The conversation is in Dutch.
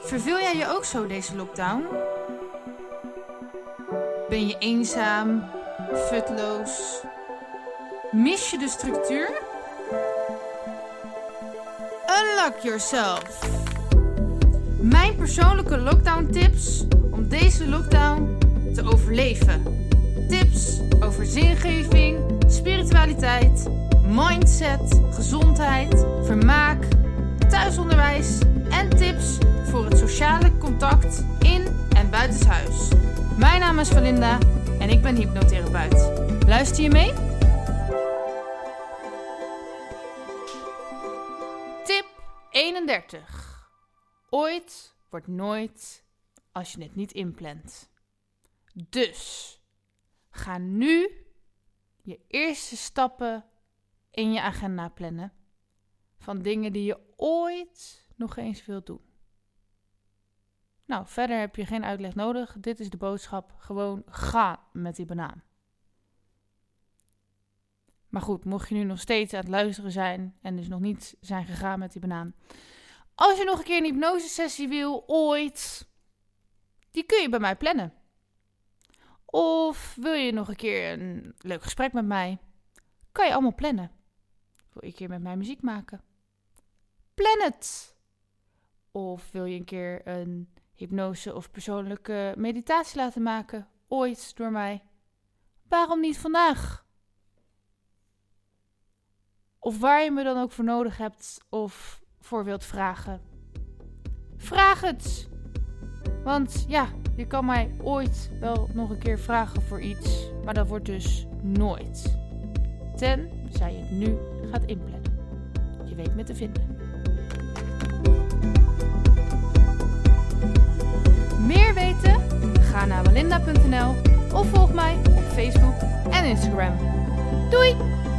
Verveel jij je ook zo deze lockdown? Ben je eenzaam, futloos? Mis je de structuur? Unlock yourself! Mijn persoonlijke lockdown tips om deze lockdown te overleven. Tips over zingeving, spiritualiteit, mindset, gezondheid, vermaak, thuisonderwijs en tips voor het sociale contact in en buitenshuis. Mijn naam is Valinda en ik ben hypnotherapeut. Luister je mee? Tip 31. Ooit wordt nooit als je het niet inplant. Dus ga nu je eerste stappen in je agenda plannen van dingen die je ooit nog eens wilt doen. Nou, verder heb je geen uitleg nodig. Dit is de boodschap. Gewoon ga met die banaan. Maar goed, mocht je nu nog steeds aan het luisteren zijn en dus nog niet zijn gegaan met die banaan. Als je nog een keer een hypnosesessie wil, ooit, die kun je bij mij plannen. Of wil je nog een keer een leuk gesprek met mij? Kan je allemaal plannen. Wil je een keer met mij muziek maken? Plan het! Of wil je een keer een hypnose of persoonlijke meditatie laten maken? Ooit door mij? Waarom niet vandaag? Of waar je me dan ook voor nodig hebt of voor wilt vragen. Vraag het! Want ja, je kan mij ooit wel nog een keer vragen voor iets, maar dat wordt dus nooit. Tenzij je het nu gaat inplannen. Je weet me te vinden. Meer weten? Ga naar valinda.nl of volg mij op Facebook en Instagram. Doei!